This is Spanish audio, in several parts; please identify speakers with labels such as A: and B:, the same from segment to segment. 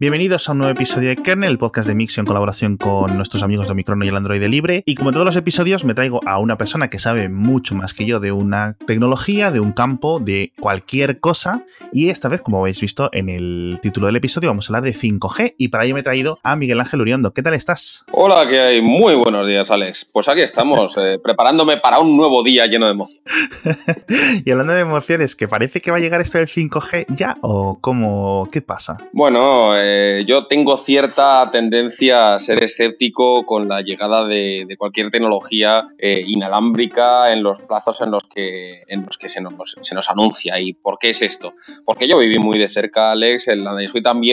A: Bienvenidos a un nuevo episodio de Kernel, el podcast de Mixio en colaboración con nuestros amigos de Omicron y el Android Libre. Y como todos los episodios, me traigo a una persona que sabe mucho más que yo de una tecnología, de un campo, de cualquier cosa. Y esta vez, como habéis visto en el título del episodio, vamos a hablar de 5G. Y para ello me he traído a Miguel Ángel Uriondo. ¿Qué tal estás?
B: Hola, ¿qué hay? Muy buenos días, Alex. Pues aquí estamos, preparándome para un nuevo día lleno de emoción.
A: Y hablando de emociones, ¿que parece que va a llegar esto del 5G ya? ¿O cómo? ¿Qué pasa?
B: Bueno, yo tengo cierta tendencia a ser escéptico con la llegada de cualquier tecnología inalámbrica en los plazos en los que se nos anuncia. ¿Y por qué es esto? Porque yo viví muy de cerca, Alex, soy tan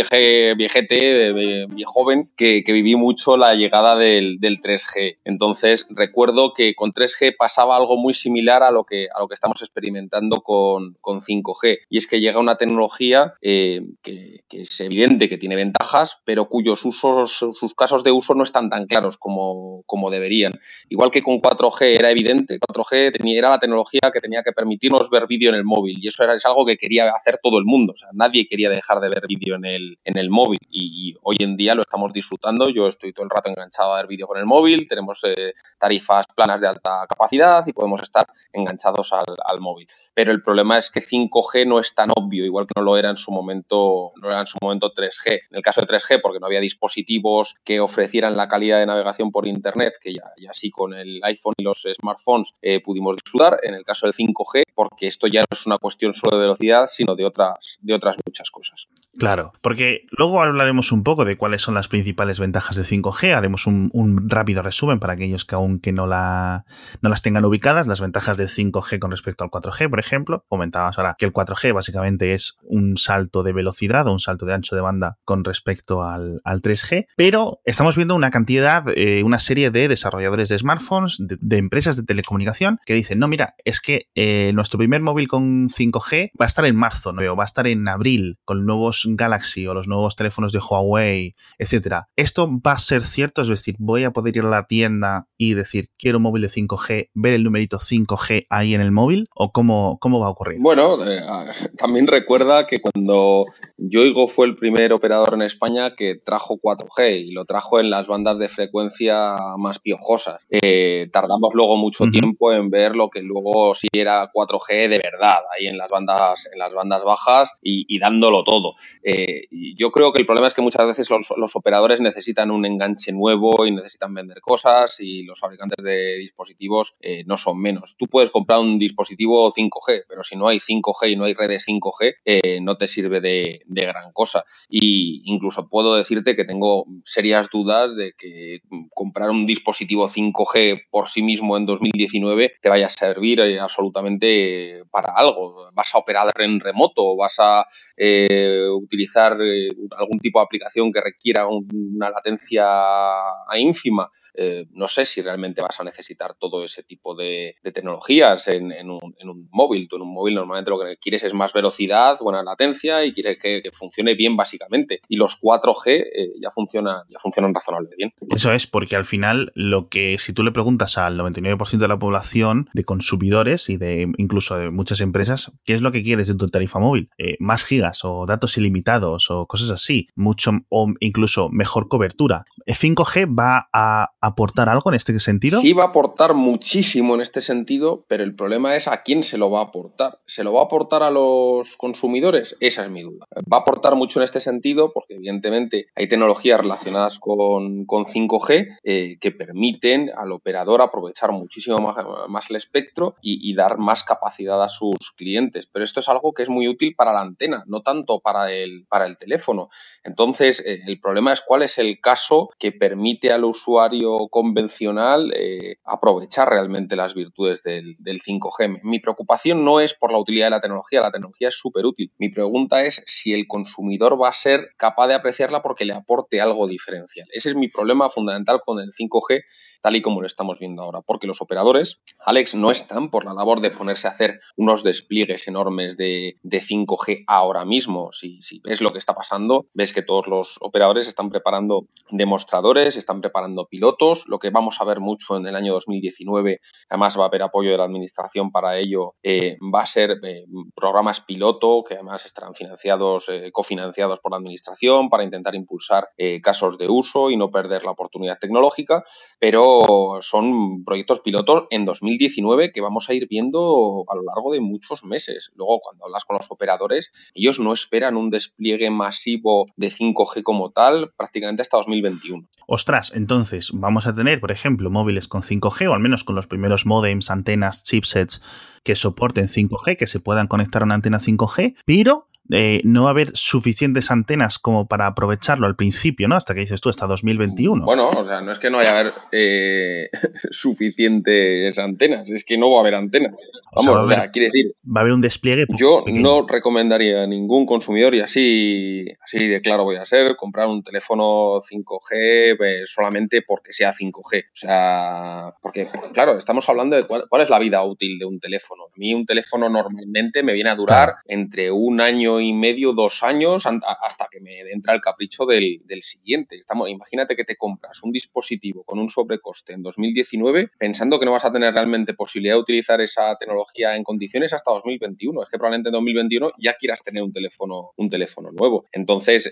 B: joven que viví mucho la llegada del 3G. Entonces recuerdo que con 3G pasaba algo muy similar a lo que estamos experimentando con 5G, y es que llega una tecnología que es evidente que tiene ventajas, pero cuyos sus casos de uso no están tan claros como deberían. Igual que con 4G era evidente, 4G era la tecnología que tenía que permitirnos ver vídeo en el móvil, y eso es algo que quería hacer todo el mundo. O sea, nadie quería dejar de ver vídeo en el móvil, y hoy en día lo estamos disfrutando. Yo estoy todo el rato enganchado a ver vídeo con el móvil, tenemos tarifas planas de alta capacidad y podemos estar enganchados al móvil. Pero el problema es que 5G no es tan obvio, igual que no lo era en su momento 3G. En el caso de 3G, porque no había dispositivos que ofrecieran la calidad de navegación por Internet, que ya sí con el iPhone y los smartphones pudimos disfrutar. En el caso del 5G, porque esto ya no es una cuestión solo de velocidad, sino de otras muchas cosas.
A: Claro, porque luego hablaremos un poco de cuáles son las principales ventajas de 5G, haremos un rápido resumen para aquellos que aún que no las tengan ubicadas, las ventajas del 5G con respecto al 4G, por ejemplo. Comentábamos ahora que el 4G básicamente es un salto de velocidad o un salto de ancho de banda con respecto al 3G, pero estamos viendo una serie de desarrolladores de smartphones, de empresas de telecomunicación que dicen, no, mira, es que nuestro primer móvil con 5G va a estar en marzo, ¿no? O va a estar en abril con nuevos Galaxy o los nuevos teléfonos de Huawei, etcétera. ¿Esto va a ser cierto? Es decir, ¿voy a poder ir a la tienda y decir, quiero un móvil de 5G, ver el numerito 5G ahí en el móvil? ¿O cómo va a ocurrir?
B: Bueno, también recuerda que cuando Yoigo fue el primer operador en España que trajo 4G, y lo trajo en las bandas de frecuencia más piojosas. Tardamos luego mucho tiempo en ver lo que luego sí era 4G de verdad, ahí en las bandas bajas y dándolo todo. Yo creo que el problema es que muchas veces los operadores necesitan un enganche nuevo y necesitan vender cosas, y los fabricantes de dispositivos no son menos. Tú puedes comprar un dispositivo 5G, pero si no hay 5G y no hay redes 5G, no te sirve de gran cosa. Y incluso puedo decirte que tengo serias dudas de que comprar un dispositivo 5G por sí mismo en 2019 te vaya a servir absolutamente para algo. ¿Vas a operar en remoto o vas a utilizar algún tipo de aplicación que requiera una latencia ínfima? No sé si realmente vas a necesitar todo ese tipo de tecnologías en un móvil. Tú en un móvil normalmente lo que quieres es más velocidad, buena latencia, y quieres que funcione bien básicamente. Y los 4G ya funcionan razonablemente bien.
A: Eso es, porque al final si tú le preguntas al 99% de la población, de consumidores y incluso de muchas empresas, ¿qué es lo que quieres de tu tarifa móvil? Más gigas o datos ilimitados o cosas así, mucho o incluso mejor cobertura. ¿5G va a aportar algo en este sentido?
B: Sí, va a aportar muchísimo en este sentido, pero el problema es a quién se lo va a aportar. ¿Se lo va a aportar a los consumidores? Esa es mi duda. Va a aportar mucho en este sentido porque evidentemente hay tecnologías relacionadas con 5G que permiten al operador aprovechar muchísimo más el espectro y dar más capacidad a sus clientes. Pero esto es algo que es muy útil para la antena, no tanto para el teléfono. Entonces, el problema es cuál es el caso que permite al usuario convencional aprovechar realmente las virtudes del 5G. Mi preocupación no es por la utilidad de la tecnología es súper útil. Mi pregunta es si el consumidor va a ser capaz de apreciarla porque le aporte algo diferencial. Ese es mi problema fundamental con el 5G, tal y como lo estamos viendo ahora, porque los operadores, Alex, no están por la labor de ponerse a hacer unos despliegues enormes de 5G ahora mismo. Si ves lo que está pasando, ves que todos los operadores están preparando demostradores, están preparando pilotos. Lo que vamos a ver mucho en el año 2019, además va a haber apoyo de la administración para ello, va a ser programas piloto que además estarán cofinanciados por la administración para intentar impulsar casos de uso y no perder la oportunidad tecnológica, pero son proyectos pilotos en 2019 que vamos a ir viendo a lo largo de muchos meses. Luego, cuando hablas con los operadores, ellos no esperan un despliegue masivo de 5G como tal prácticamente hasta 2021.
A: Ostras, entonces vamos a tener, por ejemplo, móviles con 5G o al menos con los primeros módems, antenas, chipsets que soporten 5G, que se puedan conectar a una antena 5G, pero no va a haber suficientes antenas como para aprovecharlo al principio, ¿no? Hasta que dices tú, hasta 2021.
B: Bueno, o sea, no es que no vaya a haber suficientes antenas, es que no va a haber antenas. Vamos, quiere decir...
A: Va a haber un despliegue
B: Yo
A: pequeño.
B: No recomendaría a ningún consumidor, y así de claro voy a ser, comprar un teléfono 5G solamente porque sea 5G. O sea, porque, claro, estamos hablando de cuál es la vida útil de un teléfono. A mí un teléfono normalmente me viene a durar entre 1 año y medio, 2 años, hasta que me entra el capricho del siguiente. Imagínate que te compras un dispositivo con un sobrecoste en 2019 pensando que no vas a tener realmente posibilidad de utilizar esa tecnología en condiciones hasta 2021. Es que probablemente en 2021 ya quieras tener un teléfono nuevo. Entonces,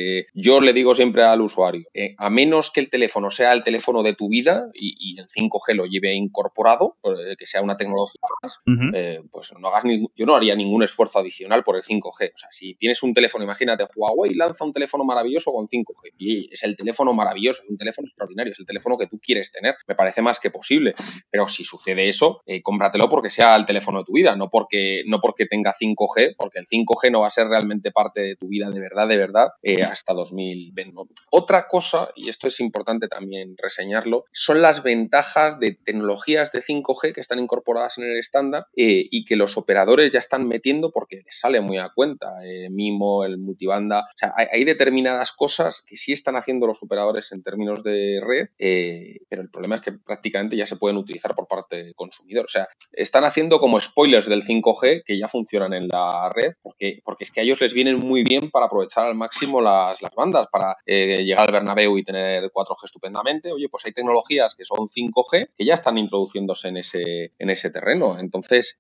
B: yo le digo siempre al usuario, a menos que el teléfono sea el teléfono de tu vida y el 5G lo lleve incorporado, que sea una tecnología más, pues yo no haría ningún esfuerzo adicional por el 5G. O sea, si tienes un teléfono, imagínate, Huawei lanza un teléfono maravilloso con 5G y es el teléfono maravilloso, es un teléfono extraordinario, es el teléfono que tú quieres tener. Me parece más que posible. Pero si sucede eso, cómpratelo porque sea el teléfono de tu vida, no porque tenga 5G, porque el 5G no va a ser realmente parte de tu vida de verdad, hasta 2020. Otra cosa, y esto es importante también reseñarlo, son las ventajas de tecnologías de 5G que están incorporadas en el estándar y que los operadores ya están metiendo porque les sale muy a cuenta. MIMO, el multibanda, o sea, hay determinadas cosas que sí están haciendo los operadores en términos de red, pero el problema es que prácticamente ya se pueden utilizar por parte del consumidor. O sea, están haciendo como spoilers del 5G que ya funcionan en la red, porque es que a ellos les vienen muy bien para aprovechar al máximo las bandas, para llegar al Bernabéu y tener 4G estupendamente. Oye, pues hay tecnologías que son 5G que ya están introduciéndose en ese terreno. Entonces,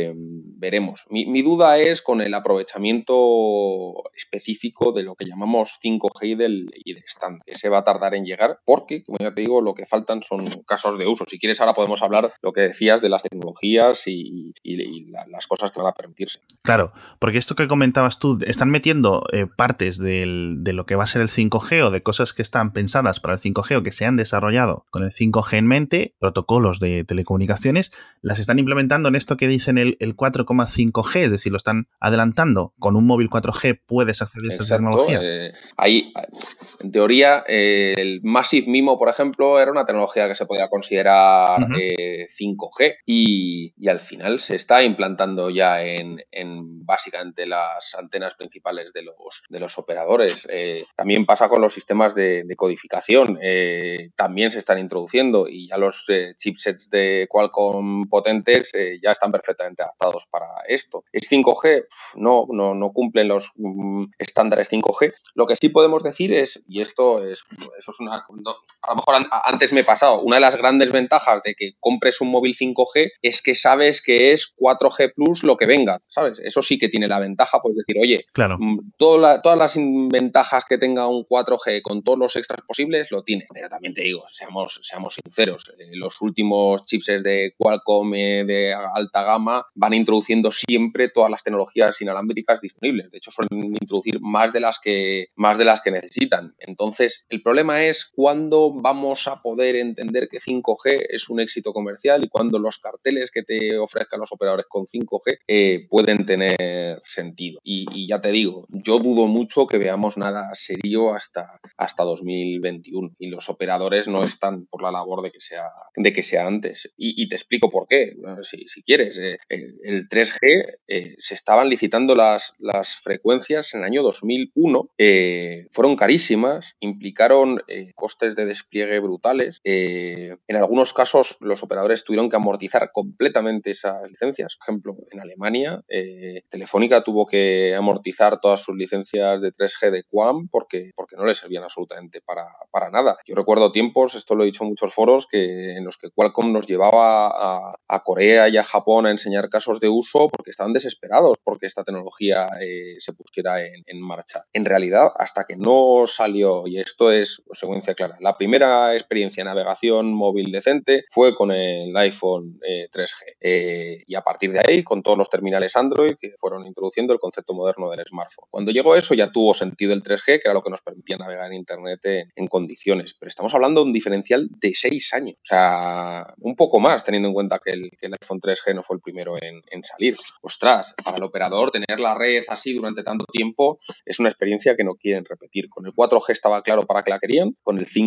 B: veremos. Mi duda es con el aprovechamiento específico de lo que llamamos 5G y del estándar, que se va a tardar en llegar, porque, como ya te digo, lo que faltan son casos de uso. Si quieres, ahora podemos hablar lo que decías de las tecnologías y las cosas que van a permitirse.
A: Claro, porque esto que comentabas tú, están metiendo partes de lo que va a ser el 5G o de cosas que están pensadas para el 5G o que se han desarrollado con el 5G en mente, protocolos de telecomunicaciones, las están implementando en esto que dicen el 4,5G, es decir, lo están adelantando. Con un móvil 4G puedes acceder a esta tecnología.
B: Ahí, en teoría, el Massive MIMO, por ejemplo, era una tecnología que se podía considerar 5G y al final se está implantando ya en básicamente las antenas principales de los operadores. También pasa con los sistemas de codificación. También se están introduciendo y ya los chipsets de Qualcomm potentes ya están perfectamente adaptados para esto. ¿Es 5G? No cumplen los estándares 5G. Lo que sí podemos decir es, y eso es una... A lo mejor antes me he pasado, una de las grandes ventajas de que compres un móvil 5G es que sabes que es 4G Plus lo que venga, ¿sabes? Eso sí que tiene la ventaja, pues decir, oye,
A: claro,
B: todas las ventajas que tenga un 4G con todos los extras posibles lo tiene. Pero también te digo, seamos sinceros, los últimos chipsets de Qualcomm de alta gama van introduciendo siempre todas las tecnologías inalámbricas disponibles. De hecho, suelen introducir más de las que necesitan. Entonces, el problema es cuándo vamos a poder entender que 5G es un éxito comercial y cuándo los carteles que te ofrezcan los operadores con 5G pueden tener sentido. Y ya te digo, yo dudo mucho que veamos nada serio hasta 2021 y los operadores no están por la labor de que sea antes. Y te explico por qué, si quieres. El 3G se estaban licitando las las frecuencias en el año 2001 fueron carísimas, implicaron costes de despliegue brutales. En algunos casos los operadores tuvieron que amortizar completamente esas licencias. Por ejemplo, en Alemania, Telefónica tuvo que amortizar todas sus licencias de 3G de QAM porque no le servían absolutamente para nada. Yo recuerdo tiempos, esto lo he dicho en muchos foros, en los que Qualcomm nos llevaba a Corea y a Japón a enseñar casos de uso porque estaban desesperados porque esta tecnología se pusiera en marcha. En realidad, hasta que no salió, y esto es consecuencia clara, la primera experiencia de navegación móvil decente fue con el iPhone 3G. Y a partir de ahí, con todos los terminales Android que fueron introduciendo el concepto moderno del smartphone. Cuando llegó eso ya tuvo sentido el 3G, que era lo que nos permitía navegar en Internet en condiciones. Pero estamos hablando de un diferencial de 6 años. O sea, un poco más, teniendo en cuenta que el iPhone 3G no fue el primero en salir. Ostras, para el operador tener la red así durante tanto tiempo es una experiencia que no quieren repetir. Con el 4G estaba claro para qué la querían, con el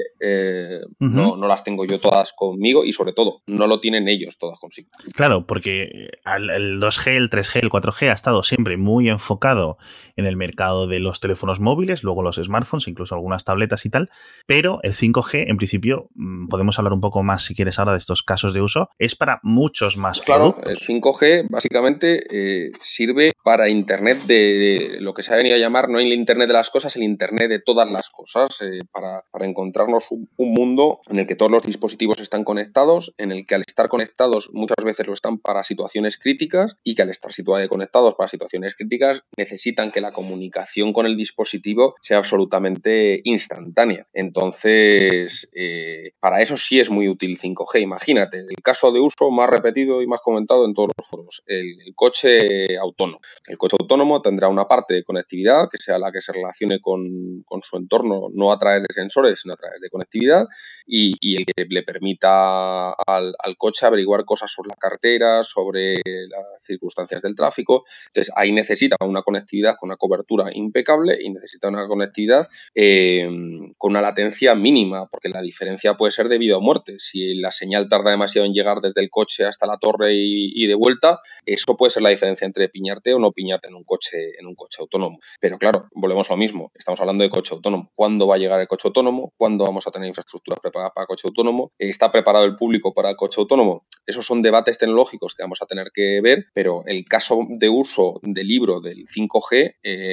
B: 5G no las tengo yo todas conmigo y sobre todo no lo tienen ellos todas consigo.
A: Claro, porque el 2G, el 3G, el 4G ha estado siempre muy enfocado en el mercado de los teléfonos móviles, luego los smartphones, incluso algunas tabletas y tal, pero el 5G, en principio, podemos hablar un poco más si quieres ahora de estos casos de uso, es para muchos más productos.
B: Claro, el 5G básicamente sirve para Internet de lo que se ha venido a llamar, no el Internet de las cosas, el Internet de todas las cosas, para encontrarnos un mundo en el que todos los dispositivos están conectados, en el que al estar conectados muchas veces lo están para situaciones críticas y que al estar conectados para situaciones críticas necesitan que la comunicación con el dispositivo sea absolutamente instantánea. Entonces, para eso sí es muy útil 5G. Imagínate, el caso de uso más repetido y más comentado en todos los foros, el coche autónomo. El coche autónomo tendrá una parte de conectividad que sea la que se relacione con su entorno, no a través de sensores, sino a través de conectividad, y el que le permita al coche averiguar cosas sobre la carretera, sobre las circunstancias del tráfico. Entonces, ahí necesita una conectividad con una cobertura impecable y necesita una conectividad con una latencia mínima, porque la diferencia puede ser de vida o muerte. Si la señal tarda demasiado en llegar desde el coche hasta la torre y de vuelta, eso puede ser la diferencia entre piñarte o no piñarte en un coche autónomo. Pero claro, volvemos a lo mismo. Estamos hablando de coche autónomo. ¿Cuándo va a llegar el coche autónomo? ¿Cuándo vamos a tener infraestructuras preparadas para coche autónomo? ¿Está preparado el público para el coche autónomo? Esos son debates tecnológicos que vamos a tener que ver, pero el caso de uso del libro del 5G,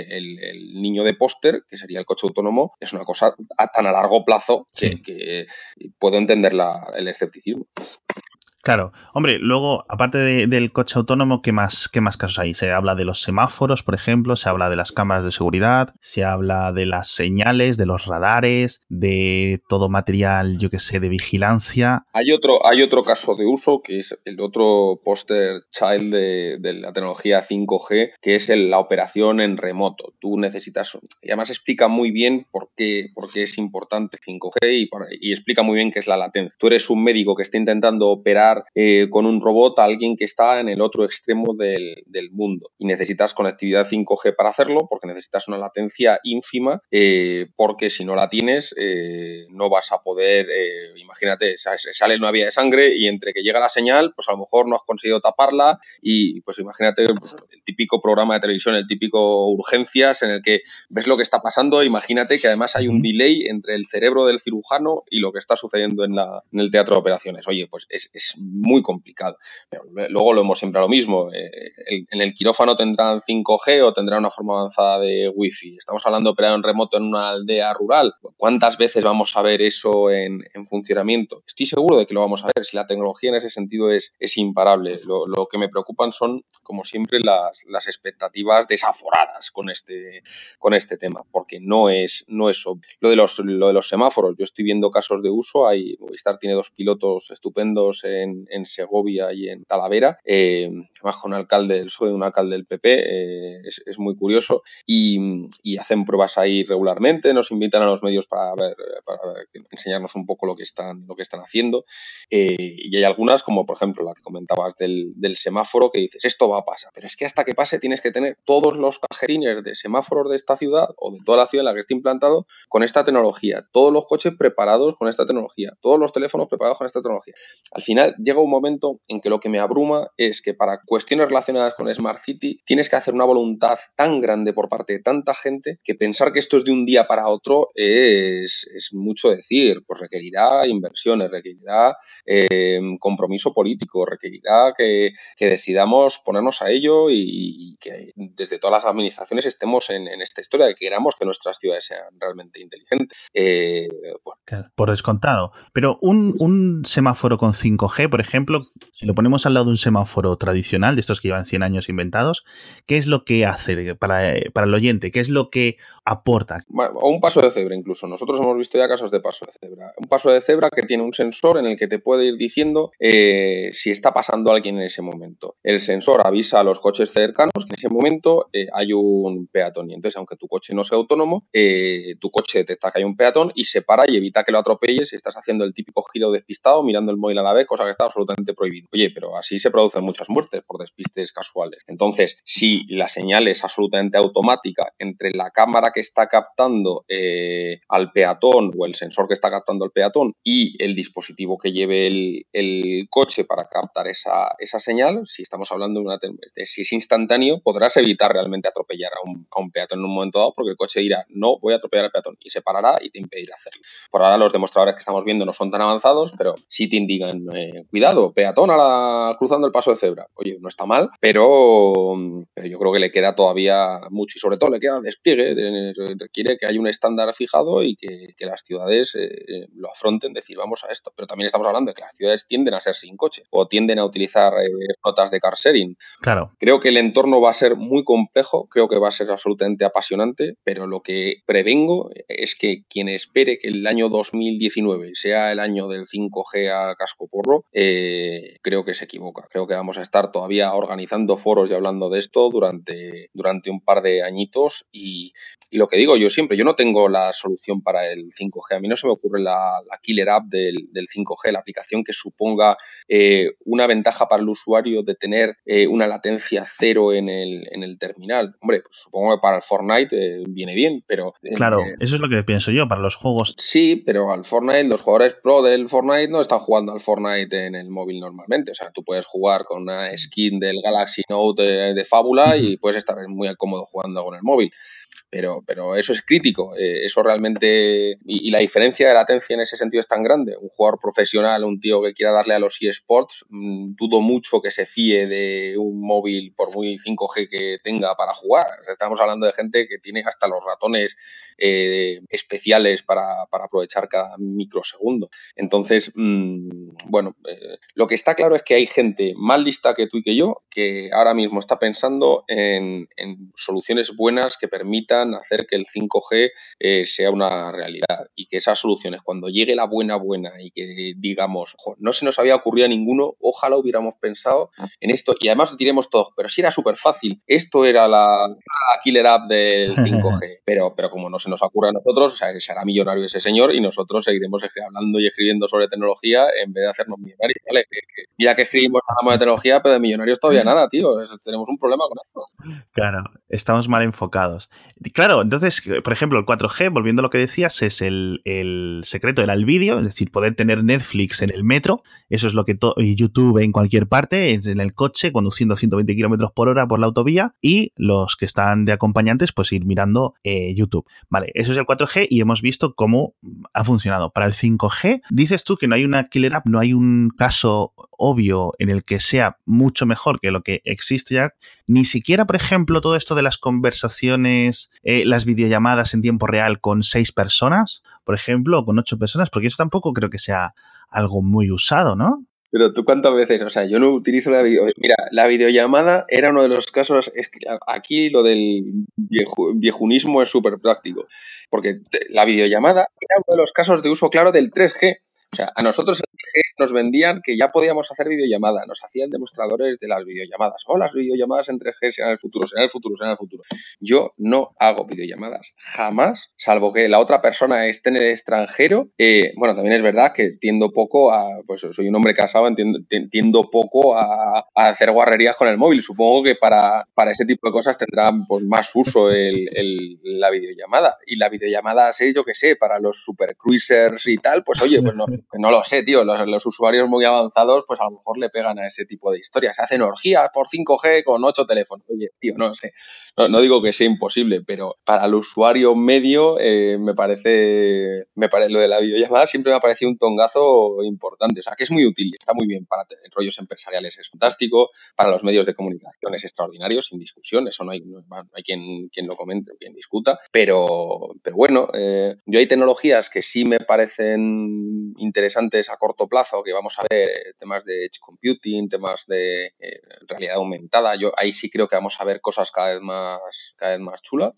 B: el niño de póster, que sería el coche autónomo, es una cosa tan a largo plazo que puedo entender el escepticismo.
A: Claro, hombre, luego, aparte del coche autónomo, ¿qué más casos hay? Se habla de los semáforos, por ejemplo, se habla de las cámaras de seguridad, se habla de las señales, de los radares, de todo material, yo que sé, de vigilancia.
B: Hay otro caso de uso que es el otro poster child de la tecnología 5G, que es la operación en remoto. Tú necesitas, y además explica muy bien por qué es importante 5G y explica muy bien qué es la latencia. Tú eres un médico que está intentando operar con un robot a alguien que está en el otro extremo del mundo y necesitas conectividad 5G para hacerlo porque necesitas una latencia ínfima porque si no la tienes no vas a poder, imagínate, sale una vía de sangre y entre que llega la señal pues a lo mejor no has conseguido taparla y pues imagínate pues, el típico programa de televisión, el típico urgencias en el que ves lo que está pasando, imagínate que además hay un delay entre el cerebro del cirujano y lo que está sucediendo en el teatro de operaciones. Oye, pues es muy complicado. Pero luego lo hemos siempre a lo mismo. En el quirófano tendrán 5G o tendrán una forma avanzada de Wi-Fi. Estamos hablando de operar en remoto en una aldea rural. ¿Cuántas veces vamos a ver eso en funcionamiento? Estoy seguro de que lo vamos a ver. Si la tecnología en ese sentido es imparable. Lo que me preocupan son, como siempre, las expectativas desaforadas con este tema, porque no es obvio. Lo de los semáforos, yo estoy viendo casos de uso. Movistar tiene 2 pilotos estupendos en Segovia y en Talavera, además con un alcalde del PP, es muy curioso y hacen pruebas ahí regularmente, nos invitan a los medios para enseñarnos un poco lo que están haciendo y hay algunas como por ejemplo la que comentabas del semáforo que dices esto va a pasar, pero es que hasta que pase tienes que tener todos los cajetines de semáforos de esta ciudad o de toda la ciudad en la que esté implantado con esta tecnología, todos los coches preparados con esta tecnología, todos los teléfonos preparados con esta tecnología. Al final llega un momento en que lo que me abruma es que para cuestiones relacionadas con Smart City tienes que hacer una voluntad tan grande por parte de tanta gente que pensar que esto es de un día para otro es mucho decir, pues requerirá inversiones, requerirá compromiso político, requerirá que decidamos ponernos a ello y que desde todas las administraciones estemos en esta historia, de que queramos que nuestras ciudades sean realmente inteligentes.
A: Pues. Claro, por descontado. Pero un semáforo con 5G, por ejemplo, si lo ponemos al lado de un semáforo tradicional, de estos que llevan 100 años inventados, ¿qué es lo que hace para el oyente? ¿Qué es lo que aporta?
B: O un paso de cebra incluso. Nosotros hemos visto ya casos de paso de cebra. Un paso de cebra que tiene un sensor en el que te puede ir diciendo si está pasando alguien en ese momento. El sensor avisa a los coches cercanos que en ese momento hay un peatón. Y entonces, aunque tu coche no sea autónomo, tu coche detecta que hay un peatón y se para y evita que lo atropelles si estás haciendo el típico giro despistado, mirando el móvil a la vez, cosa que está absolutamente prohibido. Oye, pero así se producen muchas muertes por despistes casuales. Entonces, si la señal es absolutamente automática entre la cámara que está captando al peatón o el sensor que está captando al peatón y el dispositivo que lleve el coche para captar esa señal, si estamos hablando de si es instantáneo, podrás evitar realmente atropellar a un peatón en un momento dado, porque el coche dirá, no voy a atropellar al peatón, y se parará y te impedirá hacerlo. Por ahora los demostradores que estamos viendo no son tan avanzados, pero sí te indican, cuidado, peatón cruzando el paso de cebra. Oye, no está mal, pero yo creo que le queda todavía mucho, y sobre todo le queda despliegue, requiere que haya un estándar fijado y que las ciudades lo afronten, decir, vamos a esto. Pero también estamos hablando de que las ciudades tienden a ser sin coche o tienden a utilizar flotas de car sharing.
A: Claro.
B: Creo que el entorno va a ser muy complejo, creo que va a ser absolutamente apasionante, pero lo que prevengo es que quien espere que el año 2019 sea el año del 5G a cascoporro, creo que se equivoca. Creo que vamos a estar todavía organizando foros y hablando de esto durante un par de añitos y lo que digo yo siempre, yo no tengo la solución para el 5G. A mí no se me ocurre la killer app del 5G, la aplicación que suponga una ventaja para el usuario de tener una latencia cero en el terminal. Hombre, pues supongo que para el Fortnite viene bien, pero...
A: Claro, eso es lo que pienso yo, para los juegos.
B: Sí, pero al Fortnite, los jugadores pro del Fortnite no están jugando al Fortnite en el móvil normalmente. O sea, tú puedes jugar con una skin del Galaxy Note de Fábula y puedes estar muy cómodo jugando con el móvil. Pero eso es crítico, eso realmente, y la diferencia de latencia en ese sentido es tan grande. Un jugador profesional, un tío que quiera darle a los eSports, dudo mucho que se fíe de un móvil por muy 5G que tenga para jugar. Estamos hablando de gente que tiene hasta los ratones especiales para aprovechar cada microsegundo. Entonces, lo que está claro es que hay gente más lista que tú y que yo que ahora mismo está pensando en soluciones buenas que permitan hacer que el 5G sea una realidad y que esas soluciones, cuando llegue la buena y que digamos, no se nos había ocurrido a ninguno, ojalá hubiéramos pensado en esto y además diremos todos, pero si era súper fácil, esto era la killer app del 5G, pero como no se nos ocurre a nosotros, o sea, será millonario ese señor y nosotros seguiremos hablando y escribiendo sobre tecnología en vez de hacernos millonarios, ¿vale? Mira que escribimos nada de tecnología, pero de millonarios todavía nada, tío, tenemos un problema con esto.
A: Claro, estamos mal enfocados. Claro, entonces, por ejemplo, el 4G, volviendo a lo que decías, es el secreto era el vídeo, es decir, poder tener Netflix en el metro, eso es lo que YouTube en cualquier parte, en el coche, conduciendo a 120 kilómetros por hora por la autovía, y los que están de acompañantes, pues ir mirando YouTube. Vale, eso es el 4G y hemos visto cómo ha funcionado. Para el 5G, dices tú que no hay una killer app, no hay un caso obvio en el que sea mucho mejor que lo que existe ya, ni siquiera, por ejemplo, todo esto de las conversaciones, las videollamadas en tiempo real con 6 personas, por ejemplo, o con 8 personas, porque eso tampoco creo que sea algo muy usado, ¿no?
B: Pero tú cuántas veces, o sea, yo no utilizo la videollamada. Mira, la videollamada era uno de los casos, es que aquí lo del viejunismo es súper práctico, porque la videollamada era uno de los casos de uso claro del 3G. O sea, a nosotros nos vendían que ya podíamos hacer videollamada, nos hacían demostradores de las videollamadas. Las videollamadas en 3G serán el futuro, serán el futuro, serán el futuro. Yo no hago videollamadas, jamás, salvo que la otra persona esté en el extranjero. Bueno, también es verdad que tiendo poco pues soy un hombre casado, tiendo poco a hacer guarrerías con el móvil. Supongo que para ese tipo de cosas tendrán pues, más uso la videollamada. Y la videollamada 6, yo qué sé, para los super cruisers y tal, pues oye, pues no lo sé, tío. Los usuarios muy avanzados, pues a lo mejor le pegan a ese tipo de historias. Se hacen orgías por 5G con 8 teléfonos. Oye, tío, no sé. No digo que sea imposible, pero para el usuario medio me parece lo de la videollamada siempre me ha parecido un tongazo importante. O sea, que es muy útil, está muy bien para rollos empresariales, es fantástico. Para los medios de comunicación es extraordinario, sin discusión. Eso no hay quien lo comente o quien discuta. Pero bueno, yo hay tecnologías que sí me parecen interesantes a corto plazo, que vamos a ver temas de edge computing, temas de realidad aumentada. Yo ahí sí creo que vamos a ver cosas cada vez más chulas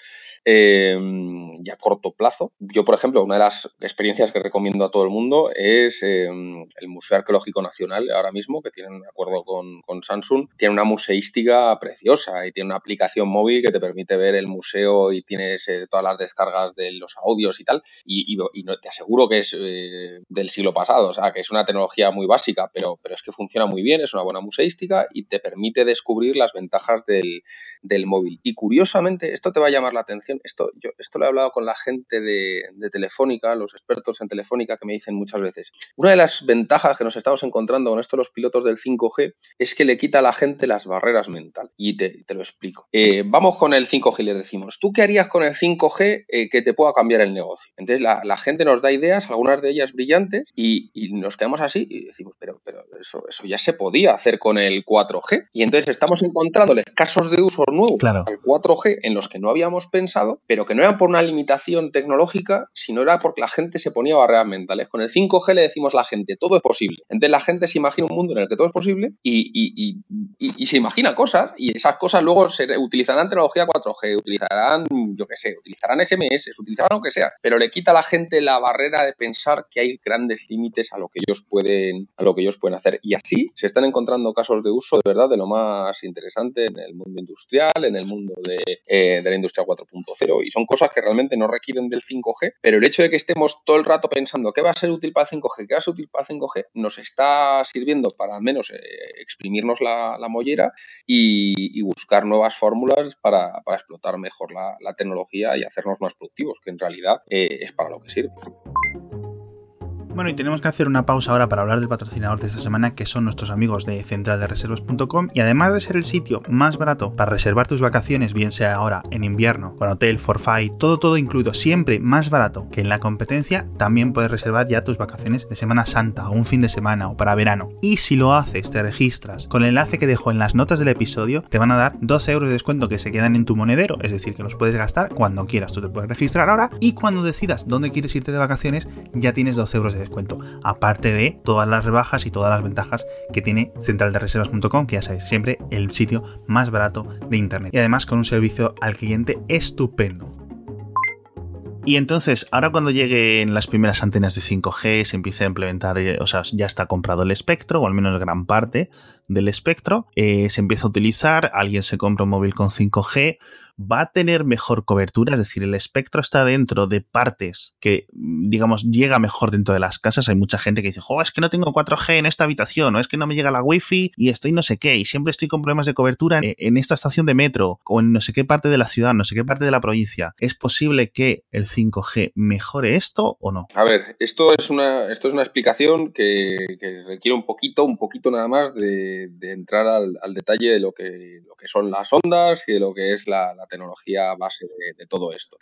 B: y a corto plazo. Yo, por ejemplo, una de las experiencias que recomiendo a todo el mundo es el Museo Arqueológico Nacional ahora mismo, que tienen un acuerdo con Samsung. Tiene una museística preciosa y tiene una aplicación móvil que te permite ver el museo y tienes todas las descargas de los audios y tal. Y te aseguro que es del siglo pasado, o sea, que es una tecnología muy básica, pero es que funciona muy bien, es una buena museística y te permite descubrir las ventajas del móvil. Y curiosamente, esto te va a llamar la atención, esto lo he hablado con la gente de Telefónica, los expertos en Telefónica, que me dicen muchas veces, una de las ventajas que nos estamos encontrando con esto los pilotos del 5G es que le quita a la gente las barreras mentales. Y te lo explico. Vamos con el 5G y les decimos, ¿tú qué harías con el 5G que te pueda cambiar el negocio? Entonces la gente nos da ideas, algunas de ellas brillantes, y nos quedamos así y decimos, pero eso ya se podía hacer con el 4G. Y entonces estamos encontrándoles casos de uso nuevos al 4G en los que no habíamos pensado, pero que no eran por una limitación tecnológica, sino era porque la gente se ponía barreras mentales. Con el 5G le decimos a la gente, todo es posible. Entonces la gente se imagina un mundo en el que todo es posible y se imagina cosas, y esas cosas luego se utilizarán tecnología 4G, utilizarán, yo qué sé, utilizarán SMS, utilizarán lo que sea, pero le quita a la gente la barrera de pensar que hay grandes límites a lo que ellos pueden hacer. Y así se están encontrando casos de uso de verdad de lo más interesante en el mundo industrial, en el mundo de la industria 4.0, y son cosas que realmente no requieren del 5G, pero el hecho de que estemos todo el rato pensando qué va a ser útil para el 5G, qué va a ser útil para el 5G, nos está sirviendo para al menos exprimirnos la mollera y buscar nuevas fórmulas para explotar mejor la tecnología y hacernos más productivos, que en realidad es para lo que sirve.
A: Bueno, y tenemos que hacer una pausa ahora para hablar del patrocinador de esta semana, que son nuestros amigos de centraldereservas.com, y además de ser el sitio más barato para reservar tus vacaciones, bien sea ahora en invierno, con hotel, forfait, todo incluido, siempre más barato que en la competencia, también puedes reservar ya tus vacaciones de Semana Santa, o un fin de semana, o para verano. Y si lo haces, te registras con el enlace que dejo en las notas del episodio, te van a dar 12 euros de descuento que se quedan en tu monedero, es decir, que los puedes gastar cuando quieras. Tú te puedes registrar ahora y cuando decidas dónde quieres irte de vacaciones, ya tienes 12 euros de descuento, aparte de todas las rebajas y todas las ventajas que tiene centraldereservas.com, que ya sabéis, siempre el sitio más barato de internet, y además con un servicio al cliente estupendo. Y entonces, ahora cuando lleguen las primeras antenas de 5G, se empieza a implementar, o sea, ya está comprado el espectro, o al menos gran parte del espectro, se empieza a utilizar, alguien se compra un móvil con 5G, va a tener mejor cobertura, es decir, el espectro está dentro de partes que, digamos, llega mejor dentro de las casas. Hay mucha gente que dice, es que no tengo 4G en esta habitación, o es que no me llega la wifi y estoy no sé qué, y siempre estoy con problemas de cobertura en esta estación de metro, o en no sé qué parte de la ciudad, no sé qué parte de la provincia. ¿Es posible que el 5G mejore esto o no?
B: A ver, esto es una explicación que requiere un poquito nada más de entrar al detalle de lo que son las ondas y de lo que es la tecnología base de todo esto.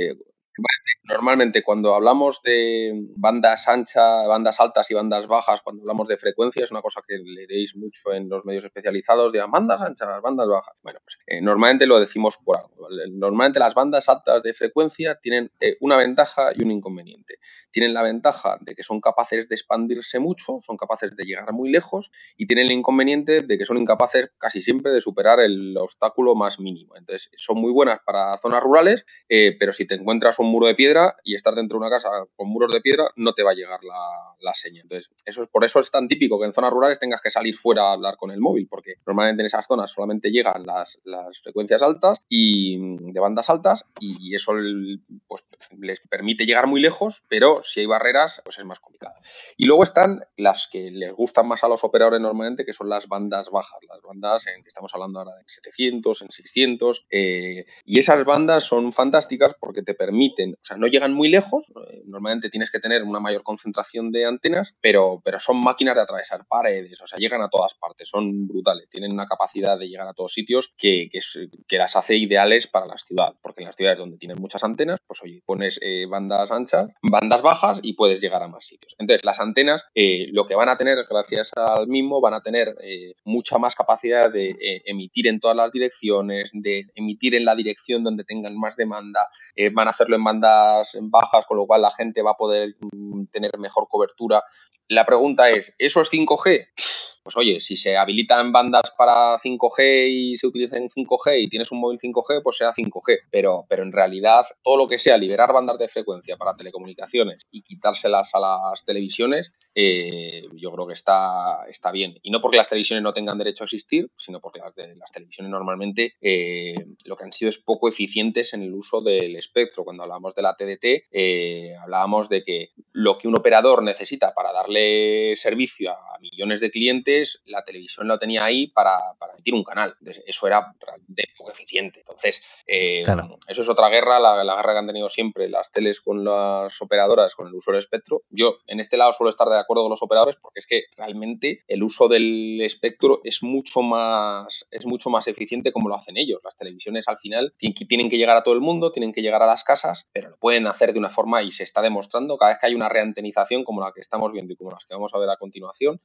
B: Normalmente cuando hablamos de bandas anchas, bandas altas y bandas bajas, cuando hablamos de frecuencia, es una cosa que leeréis mucho en los medios especializados, de bandas anchas, bandas bajas. Bueno, pues normalmente lo decimos por algo. Normalmente las bandas altas de frecuencia tienen una ventaja y un inconveniente. tienen la ventaja de que son capaces de expandirse mucho, son capaces de llegar muy lejos y tienen el inconveniente de que son incapaces casi siempre de superar el obstáculo más mínimo. Entonces, son muy buenas para zonas rurales, pero si te encuentras un muro de piedra y estás dentro de una casa con muros de piedra, no te va a llegar la señal. Entonces, por eso es tan típico que en zonas rurales tengas que salir fuera a hablar con el móvil, porque normalmente en esas zonas solamente llegan las frecuencias altas y de bandas altas, y eso pues, les permite llegar muy lejos, pero si hay barreras, pues es más complicado. Y luego están las que les gustan más a los operadores normalmente, que son las bandas bajas, las bandas en que estamos hablando ahora de 700, en 600, y esas bandas son fantásticas porque te permiten, o sea, no llegan muy lejos, normalmente tienes que tener una mayor concentración de antenas, pero son máquinas de atravesar paredes, o sea, llegan a todas partes, son brutales, tienen una capacidad de llegar a todos sitios que las hace ideales para las ciudades, porque en las ciudades donde tienen muchas antenas, pues oye, pones bandas anchas, bandas bajas y puedes llegar a más sitios. Entonces, las antenas, lo que van a tener, gracias al mismo, van a tener mucha más capacidad de emitir en todas las direcciones, de emitir en la dirección donde tengan más demanda, van a hacerlo en bandas bajas, con lo cual la gente va a poder tener mejor cobertura. La pregunta es, ¿eso es 5G? Pues oye, si se habilitan bandas para 5G y se utilizan 5G y tienes un móvil 5G, pues sea 5G. Pero en realidad todo lo que sea liberar bandas de frecuencia para telecomunicaciones y quitárselas a las televisiones, yo creo que está bien. Y no porque las televisiones no tengan derecho a existir, sino porque las televisiones normalmente lo que han sido es poco eficientes en el uso del espectro. Cuando hablamos de la TDT, hablábamos de que lo que un operador necesita para darle servicio a millones de clientes, la televisión lo tenía ahí para emitir un canal. Entonces, eso era realmente poco eficiente. Entonces,
A: Claro.
B: eso es otra guerra, la guerra que han tenido siempre las teles con las operadoras, con el uso del espectro. Yo, en este lado, suelo estar de acuerdo con los operadores porque es que realmente el uso del espectro es mucho más eficiente como lo hacen ellos. Las televisiones, al final, tienen que llegar a todo el mundo, tienen que llegar a las casas, pero lo pueden hacer de una forma, y se está demostrando, cada vez que hay una reantenización como la que estamos viendo y como las que vamos a ver a continuación,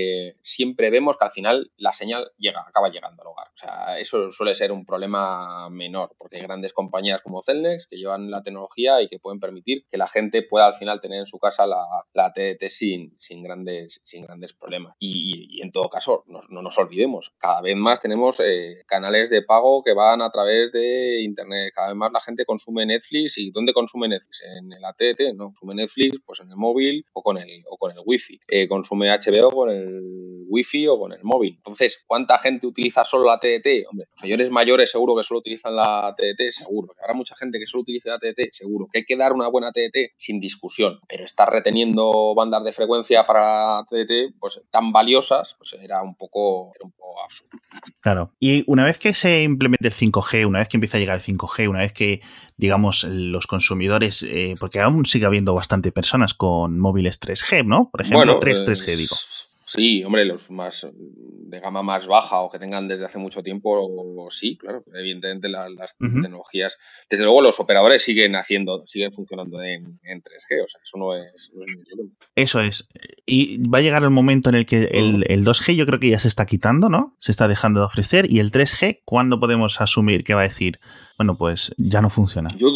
B: siempre vemos que al final la señal acaba llegando al hogar. O sea, eso suele ser un problema menor, porque hay grandes compañías como Cellnex que llevan la tecnología y que pueden permitir que la gente pueda al final tener en su casa la TDT sin grandes problemas. Y en todo caso, no nos olvidemos, cada vez más tenemos canales de pago que van a través de Internet. Cada vez más la gente consume Netflix. ¿Y dónde consume Netflix? ¿En la TDT? No, consume Netflix pues en el móvil o con el Wi-Fi. Consume HBO con el Wi-Fi o con el móvil. Entonces, ¿cuánta gente utiliza solo la TDT? Hombre, los señores mayores seguro que solo utilizan la TDT, seguro. Habrá mucha gente que solo utilice la TDT, seguro. Que hay que dar una buena TDT, sin discusión. Pero estar reteniendo bandas de frecuencia para TDT, pues tan valiosas, pues era un poco absurdo.
A: Claro. Y una vez que se implemente el 5G, una vez que empiece a llegar el 5G, una vez que, digamos, los consumidores, porque aún sigue habiendo bastante personas con móviles 3G, ¿no? Por ejemplo,
B: Bueno,
A: 3G, digo.
B: Sí, hombre, los más de gama más baja o que tengan desde hace mucho tiempo, sí, claro. Evidentemente las tecnologías, desde luego los operadores siguen funcionando en 3G, o sea, eso no es ningún problema.
A: Eso es. Y va a llegar el momento en el que el 2G yo creo que ya se está quitando, ¿no? Se está dejando de ofrecer. Y el 3G, ¿cuándo podemos asumir que va a decir, bueno, pues ya no funciona?
B: Yo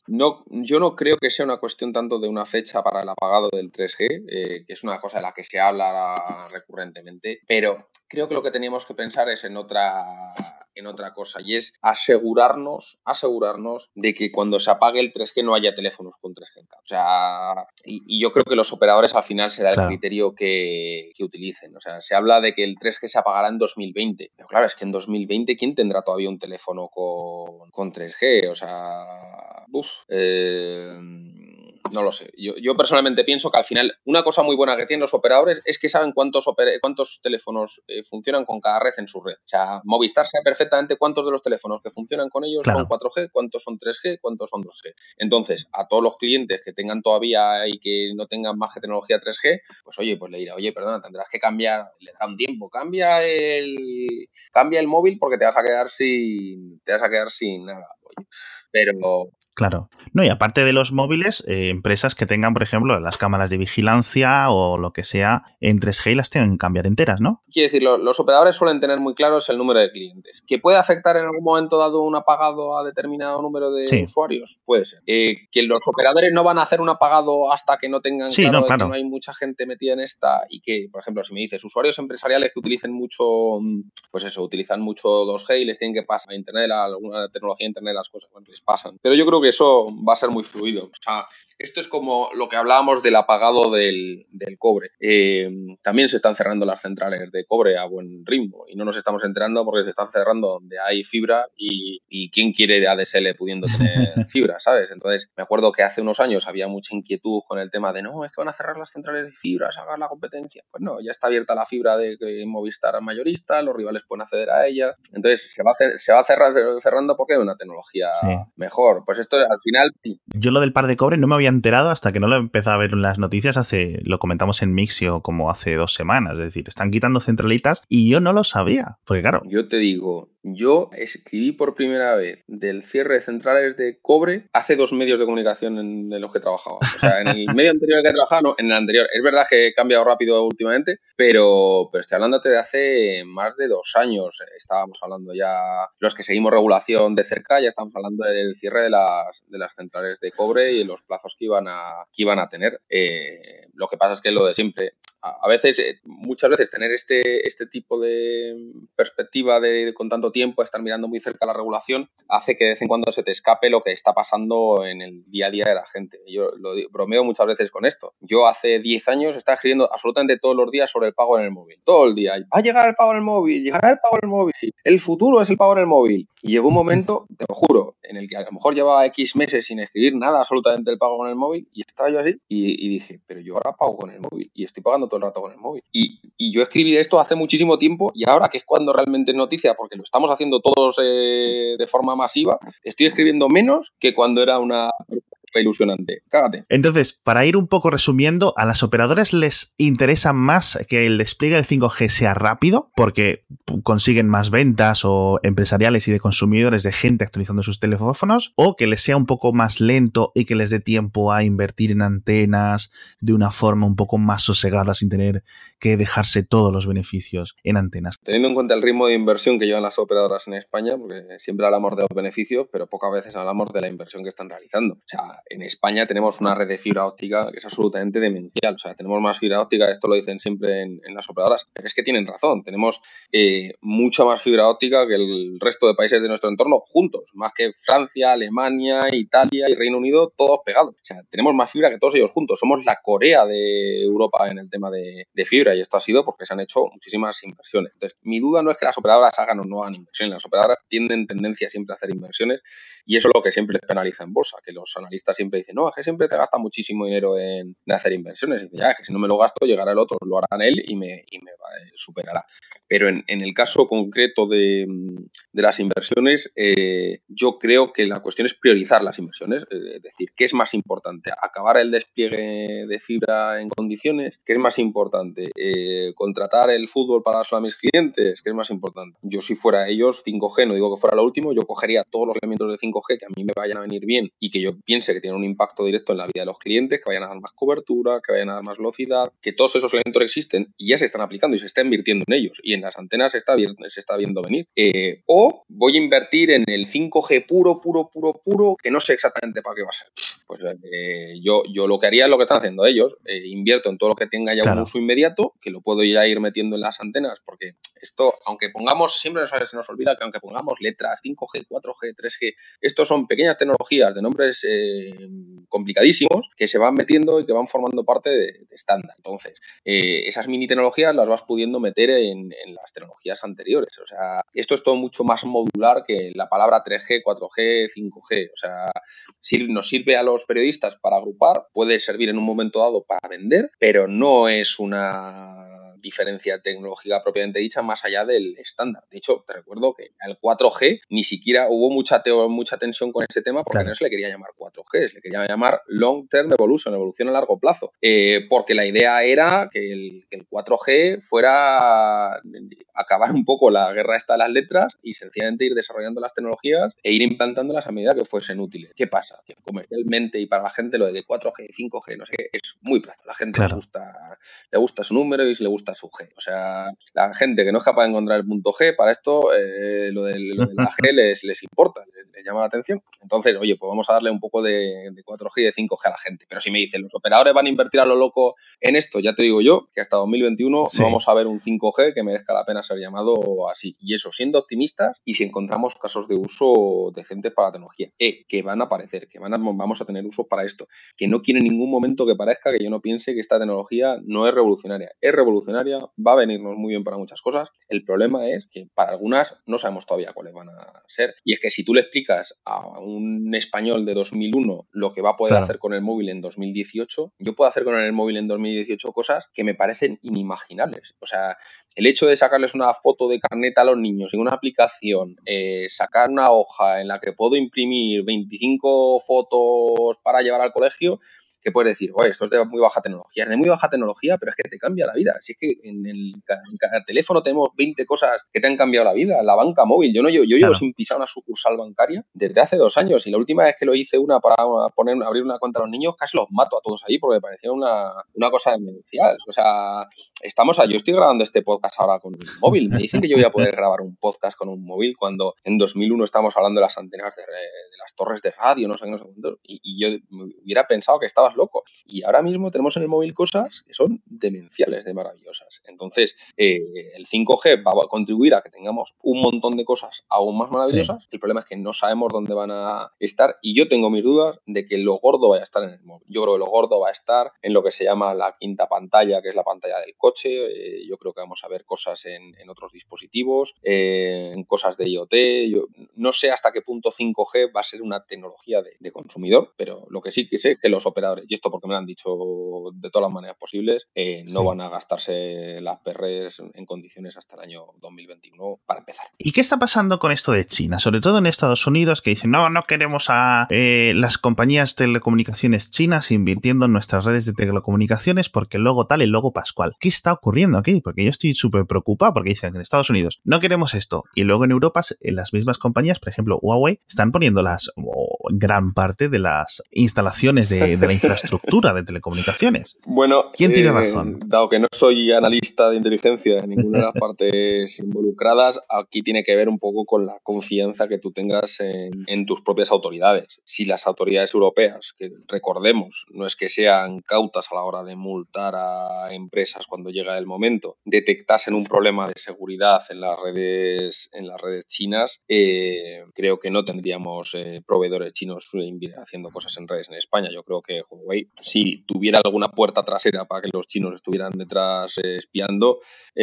B: no creo que sea una cuestión tanto de una fecha para el apagado del 3G, que es una cosa de la que se habla recurrentemente, pero creo que lo que teníamos que pensar es en otra cosa, y es asegurarnos de que cuando se apague el 3G no haya teléfonos con 3G en casa. O sea, y yo creo que los operadores al final será el criterio que utilicen. O sea, se habla de que el 3G se apagará en 2020, pero claro, es que en 2020 ¿quién tendrá todavía un teléfono con 3G? O sea, no lo sé. Yo personalmente pienso que al final una cosa muy buena que tienen los operadores es que saben cuántos teléfonos funcionan con cada red en su red. O sea, Movistar sabe perfectamente cuántos de los teléfonos que funcionan con ellos son 4G, cuántos son 3G, cuántos son 2G. Entonces, a todos los clientes que tengan todavía y que no tengan más que tecnología 3G, pues oye, pues le dirá, oye, perdona, tendrás que cambiar, le dará un tiempo, cambia el móvil porque te vas a quedar sin nada. Oye.
A: Claro. No, y aparte de los móviles, empresas que tengan, por ejemplo, las cámaras de vigilancia o lo que sea en 3G y las tengan que cambiar enteras, ¿no?
B: Quiero decir, los operadores suelen tener muy claros el número de clientes. ¿Que puede afectar en algún momento dado un apagado a determinado número de usuarios? Puede ser. Que los operadores no van a hacer un apagado hasta que no tengan claro de que no hay mucha gente metida en esta y que, por ejemplo, si me dices usuarios empresariales que utilicen mucho, pues eso, utilizan mucho 2G y les tienen que pasar a Internet, alguna tecnología de Internet, las cosas les pasan. Pero yo creo que eso va a ser muy fluido. O sea, esto es como lo que hablábamos del apagado del cobre. También se están cerrando las centrales de cobre a buen ritmo y no nos estamos enterando porque se están cerrando donde hay fibra y quién quiere ADSL pudiendo tener fibra, ¿sabes? Entonces, me acuerdo que hace unos años había mucha inquietud con el tema de no, es que van a cerrar las centrales de fibra, se haga la competencia. Pues no, ya está abierta la fibra de Movistar mayorista, los rivales pueden acceder a ella. Entonces, se va cerrando porque hay una tecnología mejor. Pues esto al final...
A: Yo lo del par de cobre no me había enterado hasta que no lo he empezado a ver en las noticias lo comentamos en Mixio como hace 2 semanas. Es decir, están quitando centralitas y yo no lo sabía. Porque claro...
B: Yo te digo, yo escribí por primera vez del cierre de centrales de cobre hace 2 medios de comunicación en los que trabajaba. O sea, en el medio anterior que he trabajado, no, en el anterior. Es verdad que he cambiado rápido últimamente, pero estoy hablándote de hace más de 2 años. Estábamos hablando ya, los que seguimos regulación de cerca, ya estamos hablando del cierre de las centrales de cobre y los plazos que iban a tener. Lo que pasa es que lo de siempre. A veces, muchas veces, tener este tipo de perspectiva con tanto tiempo, estar mirando muy cerca la regulación, hace que de vez en cuando se te escape lo que está pasando en el día a día de la gente. Yo bromeo muchas veces con esto. Yo hace 10 años estaba escribiendo absolutamente todos los días sobre el pago en el móvil. Todo el día. Va a llegar el pago en el móvil, llegará el pago en el móvil. El futuro es el pago en el móvil. Y llegó un momento, te lo juro, en el que a lo mejor llevaba X meses sin escribir nada absolutamente del pago con el móvil y estaba yo así y dije, pero yo ahora pago con el móvil y estoy pagando todo el rato con el móvil. Y yo escribí de esto hace muchísimo tiempo y ahora que es cuando realmente es noticia, porque lo estamos haciendo todos de forma masiva, estoy escribiendo menos que cuando era una ilusionante. Cágate.
A: Entonces, para ir un poco resumiendo, a las operadoras les interesa más que el despliegue del 5G sea rápido porque consiguen más ventas o empresariales y de consumidores de gente actualizando sus teléfonos, o que les sea un poco más lento y que les dé tiempo a invertir en antenas de una forma un poco más sosegada sin tener que dejarse todos los beneficios en antenas.
B: Teniendo en cuenta el ritmo de inversión que llevan las operadoras en España, porque siempre hablamos de los beneficios, pero pocas veces hablamos de la inversión que están realizando. O sea, en España tenemos una red de fibra óptica que es absolutamente demencial. O sea, tenemos más fibra óptica, esto lo dicen siempre en las operadoras, pero es que tienen razón. Tenemos mucha más fibra óptica que el resto de países de nuestro entorno juntos, más que Francia, Alemania, Italia y Reino Unido, todos pegados. O sea, tenemos más fibra que todos ellos juntos. Somos la Corea de Europa en el tema de fibra y esto ha sido porque se han hecho muchísimas inversiones. Entonces, mi duda no es que las operadoras hagan o no hagan inversiones. Las operadoras tienden tendencia siempre a hacer inversiones y eso es lo que siempre les penaliza en bolsa, que los analistas siempre dicen, no, es que siempre te gasta muchísimo dinero en hacer inversiones. Y dice, ya, es que si no me lo gasto, llegará el otro, lo hará él y me superará. Pero en el caso concreto de las inversiones, yo creo que la cuestión es priorizar las inversiones. Es decir, ¿qué es más importante? ¿Acabar el despliegue de fibra en condiciones? ¿Qué es más importante? ¿Contratar el fútbol para mis clientes? ¿Qué es más importante? Yo, si fuera ellos, 5G, no digo que fuera lo último, yo cogería todos los elementos de 5G que a mí me vayan a venir bien y que yo piense que tienen un impacto directo en la vida de los clientes, que vayan a dar más cobertura, que vayan a dar más velocidad, que todos esos elementos existen y ya se están aplicando y se está invirtiendo en ellos y en las antenas se está viendo venir. O voy a invertir en el 5G puro, que no sé exactamente para qué va a ser. Pues yo lo que haría es lo que están haciendo ellos. Invierto en todo lo que tenga ya un uso inmediato, que lo puedo ya ir metiendo en las antenas, porque esto, aunque pongamos, siempre se nos olvida que aunque pongamos letras 5G, 4G, 3G, estos son pequeñas tecnologías de nombres complicadísimos que se van metiendo y que van formando parte de estándar. Entonces, esas mini tecnologías las vas pudiendo meter en las tecnologías anteriores. O sea, esto es todo mucho más modular que la palabra 3G, 4G, 5G. O sea, nos sirve a los periodistas para agrupar, puede servir en un momento dado para vender, pero no es una diferencia tecnológica propiamente dicha más allá del estándar. De hecho, te recuerdo que al 4G ni siquiera hubo mucha tensión con ese tema porque no se le quería llamar 4G, se le quería llamar Long Term Evolution, evolución a largo plazo, porque la idea era que el 4G fuera acabar un poco la guerra esta de las letras y sencillamente ir desarrollando las tecnologías e ir implantándolas a medida que fuesen útiles. ¿Qué pasa? Que comercialmente y para la gente lo de 4G, 5G, no sé qué, es muy práctico. A la gente le gusta su número y le gusta su G. O sea, la gente que no es capaz de encontrar el punto G, para esto lo de la G les importa, les llama la atención. Entonces, oye, pues vamos a darle un poco de 4G y de 5G a la gente. Pero si me dicen, los operadores van a invertir a lo loco en esto, ya te digo yo que hasta 2021 no vamos a ver un 5G que merezca la pena ser llamado así. Y eso, siendo optimistas y si encontramos casos de uso decentes para la tecnología, que van a aparecer, que vamos a tener uso para esto, que no quiere en ningún momento que parezca que yo no piense que esta tecnología no es revolucionaria. Es revolucionaria, va a venirnos muy bien para muchas cosas. El problema es que para algunas no sabemos todavía cuáles van a ser. Y es que si tú le explicas a un español de 2001 lo que va a poder hacer con el móvil en 2018, yo puedo hacer con el móvil en 2018 cosas que me parecen inimaginables. O sea, el hecho de sacarles una foto de carnet a los niños en una aplicación, sacar una hoja en la que puedo imprimir 25 fotos para llevar al colegio, que puedes decir, oye, esto es de muy baja tecnología. Es de muy baja tecnología, pero es que te cambia la vida. Si es que en cada teléfono tenemos 20 cosas que te han cambiado la vida. La banca móvil. Yo llevo sin pisar una sucursal bancaria desde hace 2 años y la última vez que lo hice para abrir una cuenta a los niños, casi los mato a todos ahí porque me parecía una cosa demencial. O sea, yo estoy grabando este podcast ahora con un móvil. Me dicen que yo voy a poder grabar un podcast con un móvil cuando en 2001 estamos hablando de las antenas de las torres de radio, no sé cuánto, y yo me hubiera pensado que estabas loco. Y ahora mismo tenemos en el móvil cosas que son demenciales de maravillosas. Entonces, el 5G va a contribuir a que tengamos un montón de cosas aún más maravillosas. Sí. El problema es que no sabemos dónde van a estar y yo tengo mis dudas de que lo gordo vaya a estar en el móvil. Yo creo que lo gordo va a estar en lo que se llama la quinta pantalla, que es la pantalla del coche. Yo creo que vamos a ver cosas en otros dispositivos, en cosas de IoT. Yo no sé hasta qué punto 5G va a ser una tecnología de consumidor, pero lo que sí que sé es que los operadores, y esto porque me lo han dicho de todas las maneras posibles, no van a gastarse las perres en condiciones hasta el año 2021 para empezar.
A: ¿Y qué está pasando con esto de China? Sobre todo en Estados Unidos, que dicen, no queremos a las compañías telecomunicaciones chinas invirtiendo en nuestras redes de telecomunicaciones porque luego tal y luego pascual. ¿Qué está ocurriendo aquí? Porque yo estoy súper preocupado porque dicen en Estados Unidos, no queremos esto. Y luego en Europa, las mismas compañías, por ejemplo, Huawei, están poniendo gran parte de las instalaciones de la infraestructura de telecomunicaciones.
B: Bueno,
A: ¿Quién tiene razón?
B: Dado que no soy analista de inteligencia en ninguna de las partes involucradas, aquí tiene que ver un poco con la confianza que tú tengas en tus propias autoridades. Si las autoridades europeas, que recordemos, no es que sean cautas a la hora de multar a empresas cuando llega el momento, detectasen un problema de seguridad en las redes chinas, creo que no tendríamos proveedores chinos haciendo cosas en redes en España. Yo creo que Huawei, si tuviera alguna puerta trasera para que los chinos estuvieran detrás espiando,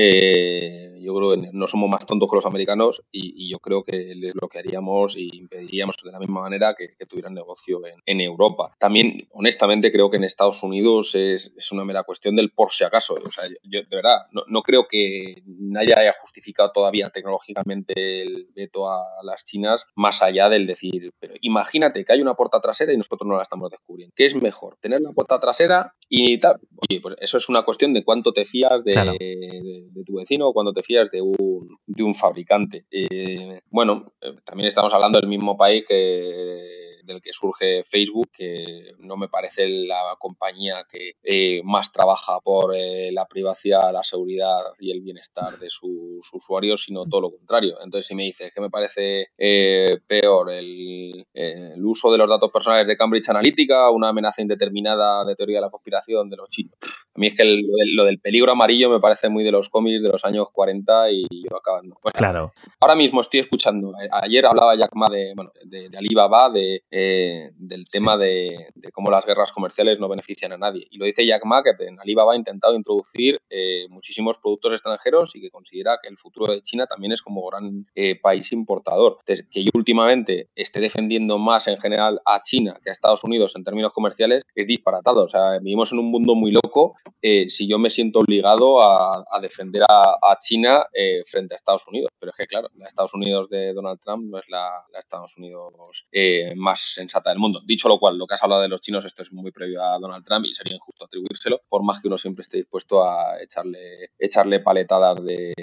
B: yo creo que no somos más tontos que los americanos y yo creo que les bloquearíamos y impediríamos de la misma manera que tuvieran negocio en Europa. También, honestamente, creo que en Estados Unidos es una mera cuestión del por si acaso. O sea, yo de verdad no creo que nadie haya justificado todavía tecnológicamente el veto a las chinas, más allá del decir, pero imagínate que hay una puerta trasera y nosotros no la estamos descubriendo. ¿Qué es mejor? ¿Tener la puerta trasera y tal? Oye, pues eso es una cuestión de cuánto te fías de tu vecino o cuánto te fías de un fabricante. También estamos hablando del mismo país del que surge Facebook, que no me parece la compañía que más trabaja por la privacidad, la seguridad y el bienestar de sus usuarios, sino todo lo contrario. Entonces, si me dices que me parece peor el uso de los datos personales de Cambridge Analytica, una amenaza indeterminada de teoría de la conspiración de los chinos. A mí es que lo del peligro amarillo me parece muy de los cómics de los años 40 y yo acabando. Bueno, claro. Ahora mismo estoy escuchando, ayer hablaba Jack Ma de Alibaba, del tema de cómo las guerras comerciales no benefician a nadie. Y lo dice Jack Ma, que en Alibaba ha intentado introducir muchísimos productos extranjeros y que considera que el futuro de China también es como gran país importador. Entonces, que yo últimamente esté defendiendo más en general a China que a Estados Unidos en términos comerciales es disparatado. O sea, vivimos en un mundo muy loco si yo me siento obligado a defender a China frente a Estados Unidos. Pero es que, claro, la Estados Unidos de Donald Trump no es la Estados Unidos más sensata del mundo. Dicho lo cual, lo que has hablado de los chinos, esto es muy previo a Donald Trump y sería injusto atribuírselo, por más que uno siempre esté dispuesto a echarle paletadas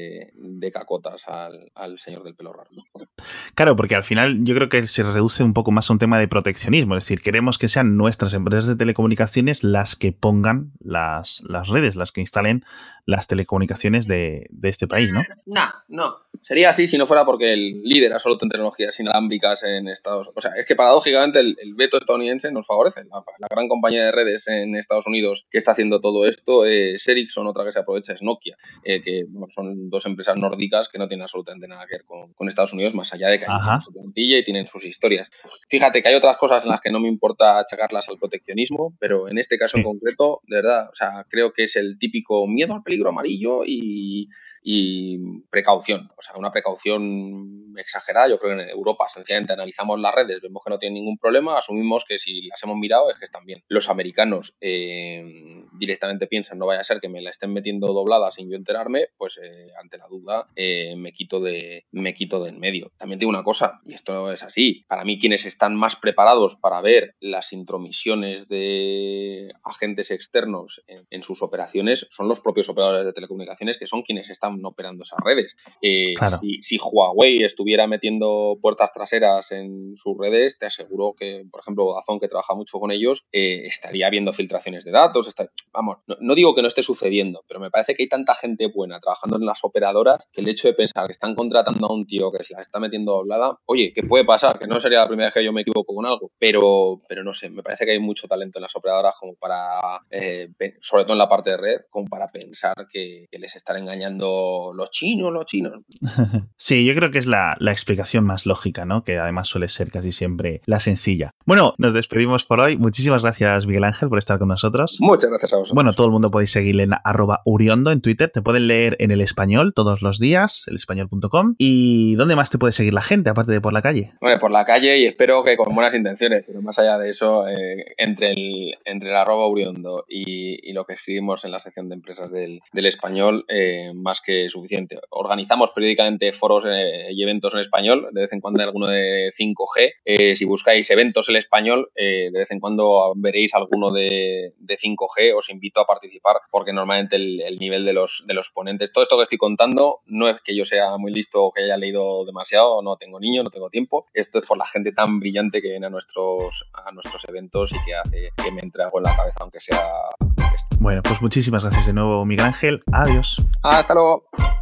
B: de cacotas al señor del pelo raro.
A: Claro, porque al final yo creo que se reduce un poco más a un tema de proteccionismo. Es decir, queremos que sean nuestras empresas de telecomunicaciones las que pongan las redes, las que instalen las telecomunicaciones de este país, ¿no?
B: No. Sería así si no fuera porque el líder absoluto en tecnologías inalámbricas en Estados Unidos. O sea, es que paradójicamente el veto estadounidense nos favorece. La gran compañía de redes en Estados Unidos que está haciendo todo esto es Ericsson, otra que se aprovecha es Nokia, que son dos empresas nórdicas que no tienen absolutamente nada que ver con Estados Unidos, más allá de que tienen su plantilla y tienen sus historias. Fíjate que hay otras cosas en las que no me importa achacarlas al proteccionismo, pero en este caso en concreto, de verdad, o sea, creo que es el típico miedo al peligro amarillo y precaución, o sea, una precaución exagerada. Yo creo que en Europa sencillamente analizamos las redes, vemos que no tienen ningún problema, asumimos que si las hemos mirado es que están bien. Los americanos directamente piensan, no vaya a ser que me la estén metiendo doblada sin yo enterarme, pues ante la duda me quito de en medio. También digo una cosa, y esto es así, para mí quienes están más preparados para ver las intromisiones de agentes externos en sus operaciones son los propios operadores de telecomunicaciones, que son quienes están operando esas redes. Claro. Si Huawei estuviera metiendo puertas traseras en sus redes, te aseguro que, por ejemplo, Vodafone, que trabaja mucho con ellos, estaría habiendo filtraciones de datos. Vamos, no digo que no esté sucediendo, pero me parece que hay tanta gente buena trabajando en las operadoras que el hecho de pensar que están contratando a un tío que se la está metiendo doblada, oye, ¿qué puede pasar? Que no sería la primera vez que yo me equivoco con algo, pero no sé, me parece que hay mucho talento en las operadoras como para, sobre todo en la parte de red, como para pensar que les están engañando los chinos.
A: Sí, yo creo que es la explicación más lógica, ¿no? Que además suele ser casi siempre la sencilla. Bueno, nos despedimos por hoy. Muchísimas gracias, Miguel Ángel, por estar con nosotros.
B: Muchas gracias a vosotros.
A: Bueno, todo el mundo podéis seguirle en @uriondo en Twitter. Te pueden leer en El Español todos los días, elespañol.com. ¿Y dónde más te puede seguir la gente, aparte de por la calle?
B: Bueno, por la calle, y espero que con buenas intenciones, pero más allá de eso, entre el @uriondo y lo que escribimos en la sección de empresas del Español, más que suficiente. Organizamos periódicamente foros y eventos en español, de vez en cuando hay alguno de 5G. Si buscáis eventos en español, de vez en cuando veréis alguno de 5G. Os invito a participar porque normalmente el nivel de los ponentes, todo esto que estoy contando, no es que yo sea muy listo o que haya leído demasiado, no tengo niños, no tengo tiempo. Esto es por la gente tan brillante que viene a nuestros eventos y que hace que me entre algo en la cabeza, aunque sea...
A: Bueno, pues muchísimas gracias de nuevo, Miguel Ángel. Adiós.
B: Hasta luego.